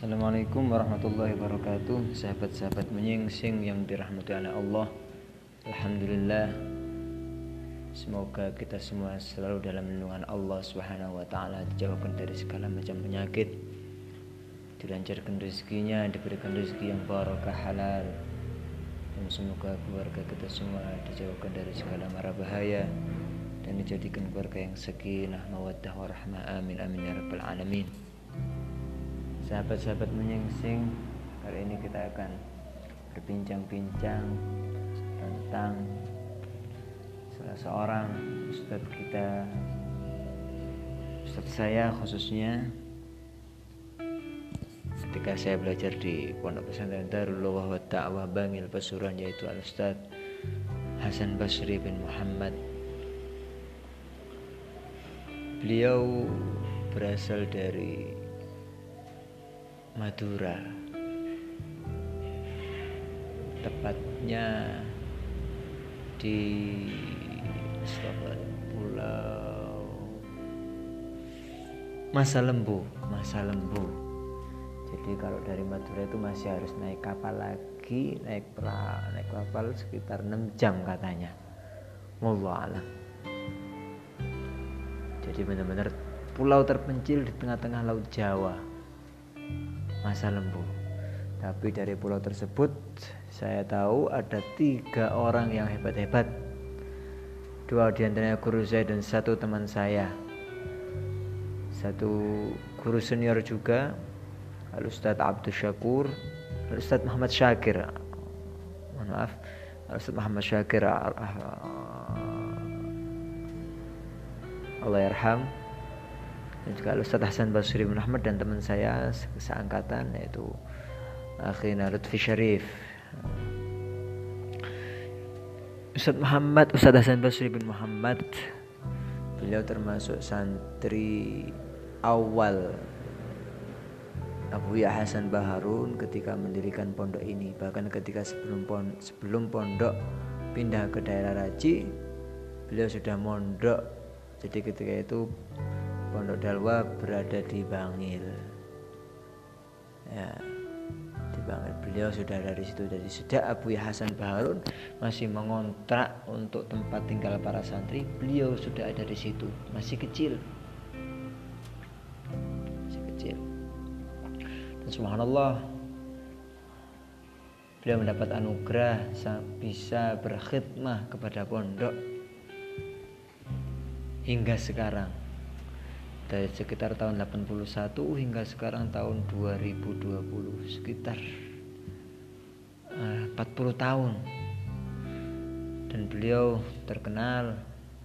Assalamualaikum warahmatullahi wabarakatuh. Sahabat-sahabat menyingsing yang dirahmati oleh Allah, alhamdulillah, semoga kita semua selalu dalam lindungan Allah Subhanahu wa taala, dijauhkan dari segala macam penyakit, dilancarkan rezekinya, diberikan rezeki yang barakah halal, dan semoga keluarga kita semua dijauhkan dari segala mara bahaya dan dijadikan keluarga yang sakinah, mawaddah, warahmah. Amin amin ya rabbal alamin. Sahabat-sahabat menyingsing, kali ini kita akan berbincang-bincang tentang salah seorang ustadz kita, ustadz saya khususnya, ketika saya belajar di Pondok Pesantren Darul Lughah wa Da'wah Bangil Pasuruan, yaitu Al-Ustadz Hasan Basri bin Muhammad. Beliau berasal dari Madura, tepatnya di Pulau Masa Lembu. Jadi kalau dari Madura itu masih harus naik kapal lagi, naik kapal sekitar 6 jam katanya. Wallahu a'lam. Jadi benar-benar pulau terpencil di tengah-tengah Laut Jawa, Masa Lembu. Tapi dari pulau tersebut saya tahu ada 3 orang yang hebat-hebat. 2 diantaranya guru saya dan 1 teman saya, 1 guru senior juga, Al-Ustadz Abdul Syakur, Al-Ustadz Muhammad Syakir, Al-Ustadz Muhammad Syakir, Allah yarham, dan juga Ustadz Hasan Basri bin Ahmad, dan teman saya seangkatan yaitu Akhina Lutfi Syarif. Ustadz Hasan Basri bin Muhammad, beliau termasuk santri awal Abu Ya Hasan Baharun ketika mendirikan pondok ini. Bahkan ketika sebelum pondok pindah ke daerah Raji, beliau sudah mondok. Jadi ketika itu Pondok Dalwa berada di Bangil. Ya, di Bangil. Beliau sudah dari situ. Jadi sejak Abu Ya Hasan Baharun masih mengontrak untuk tempat tinggal para santri, beliau sudah ada di situ. Masih kecil. Dan subhanallah, beliau mendapat anugerah bisa berkhidmah kepada pondok hingga sekarang. Dari sekitar tahun 81 hingga sekarang tahun 2020, sekitar 40 tahun. Dan beliau terkenal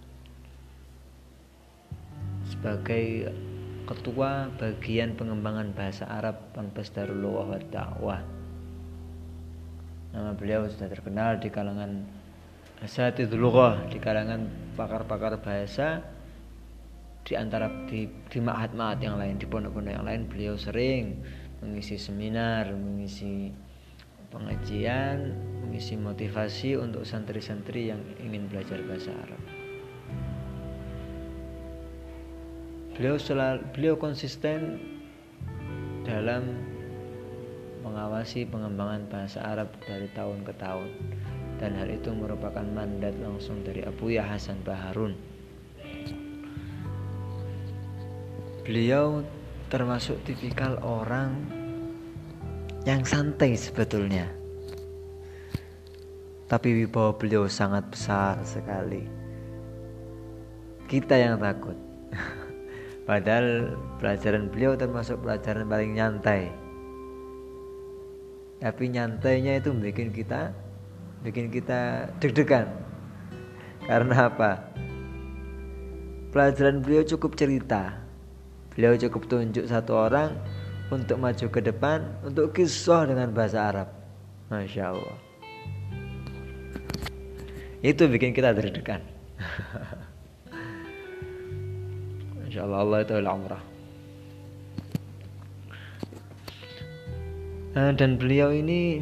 sebagai ketua bagian pengembangan bahasa Arab Ponpes Darul Lughah wa Da'wah. Nama beliau sudah terkenal di kalangan asatidz lughah, di kalangan pakar-pakar bahasa. Di antara di ma'had-ma'had yang lain, di pondok-pondok yang lain, beliau sering mengisi seminar, mengisi pengajian, mengisi motivasi untuk santri-santri yang ingin belajar bahasa Arab. Beliau konsisten dalam mengawasi pengembangan bahasa Arab dari tahun ke tahun, dan hal itu merupakan mandat langsung dari Abu Ya Hasan Baharun. Beliau termasuk tipikal orang yang santai sebetulnya, tapi wibawa beliau sangat besar sekali. Kita yang takut. Padahal pelajaran beliau termasuk pelajaran paling nyantai. Tapi nyantainya itu bikin kita deg-degan. Karena apa? Pelajaran beliau cukup cerita. Beliau cukup tunjuk 1 orang untuk maju ke depan untuk kisah dengan bahasa Arab. Masya Allah. Itu bikin kita deg-degan. Masya Allah, Allah itu al-umrah. Dan beliau ini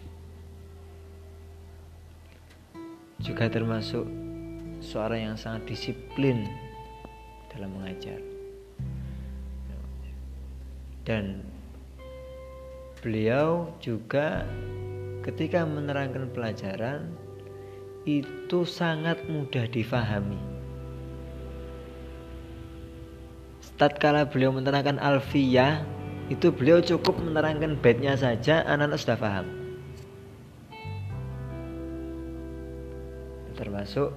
juga termasuk seorang yang sangat disiplin dalam mengajar. Dan beliau juga ketika menerangkan pelajaran itu sangat mudah difahami. Tatkala beliau menerangkan Alfiyah, itu beliau cukup menerangkan baitnya saja, anak-anak sudah paham. Termasuk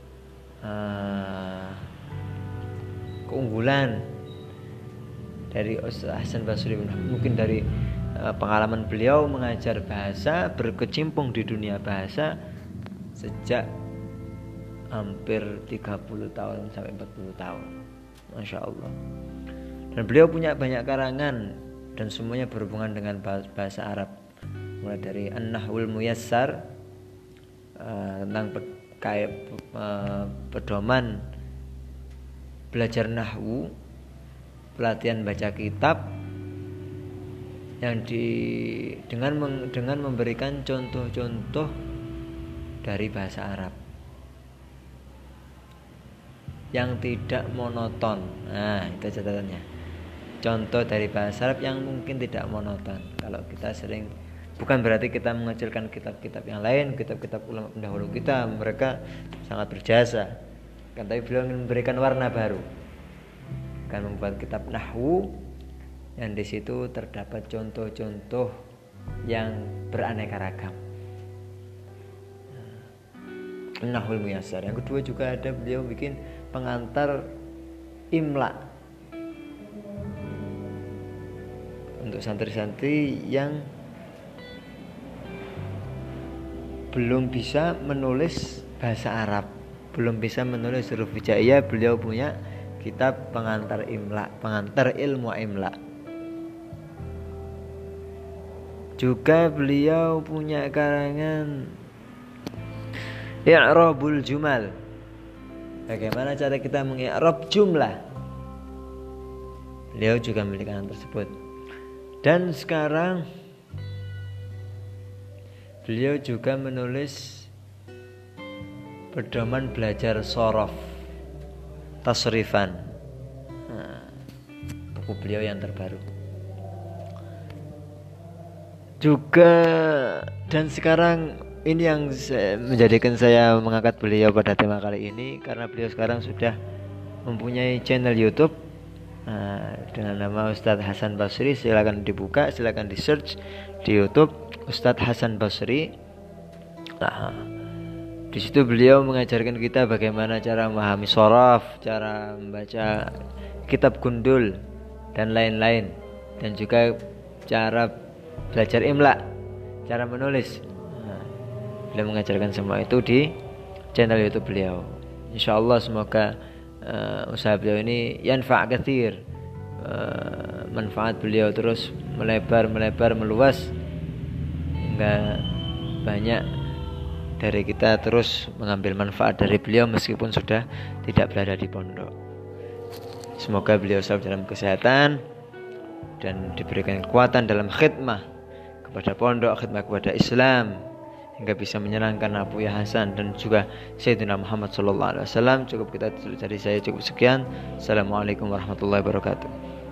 keunggulan dari Ustaz Hasan Basri, mungkin dari pengalaman beliau mengajar bahasa, berkecimpung di dunia bahasa sejak hampir 30 tahun sampai 40 tahun. Masya Allah. Dan beliau punya banyak karangan dan semuanya berhubungan dengan bahasa Arab, mulai dari An-Nahwul Muyassar, tentang pedoman belajar nahwu, pelatihan baca kitab yang dengan memberikan contoh-contoh dari bahasa Arab yang tidak monoton. Nah, itu catatannya. Contoh dari bahasa Arab yang mungkin tidak monoton. Kalau kita sering, bukan berarti kita mengecilkan kitab-kitab yang lain, kitab-kitab ulama pendahulu kita, mereka sangat berjasa. Kan, tapi beliau ingin memberikan warna baru. Akan membuat kitab nahwu yang di situ terdapat contoh-contoh yang beraneka ragam. Nahwul Muyassar. Yang kedua juga ada beliau bikin pengantar imla untuk santri-santri yang belum bisa menulis bahasa Arab, belum bisa menulis huruf hijaiyah, beliau punya kitab pengantar imla, pengantar ilmu imla. Juga beliau punya karangan I'rabul Jumal, bagaimana cara kita mengi'rab jumlah. Beliau juga memiliki karangan tersebut. Dan sekarang beliau juga menulis pedoman belajar shorof, tasrifan. Buku beliau yang terbaru. Juga dan sekarang ini yang menjadikan saya mengangkat beliau pada tema kali ini, karena beliau sekarang sudah mempunyai channel YouTube dengan nama Ustadz Hasan Basri. Silakan dibuka, silakan di search di YouTube Ustadz Hasan Basri. Di situ beliau mengajarkan kita bagaimana cara memahami shorof, cara membaca kitab gundul dan lain-lain, dan juga cara belajar imla, cara menulis. Beliau mengajarkan semua itu di channel YouTube beliau. Insyaallah semoga usaha beliau ini yanfa' katsir, manfaat beliau terus melebar meluas hingga banyak dari kita terus mengambil manfaat dari beliau meskipun sudah tidak berada di pondok. Semoga beliau selalu dalam kesehatan dan diberikan kekuatan dalam khidmah kepada pondok, khidmah kepada Islam, hingga bisa menyenangkan Abu Ya Hasan dan juga Sayyidina Muhammad sallallahu alaihi wasallam. Cukup kita dari saya cukup sekian. Assalamualaikum warahmatullahi wabarakatuh.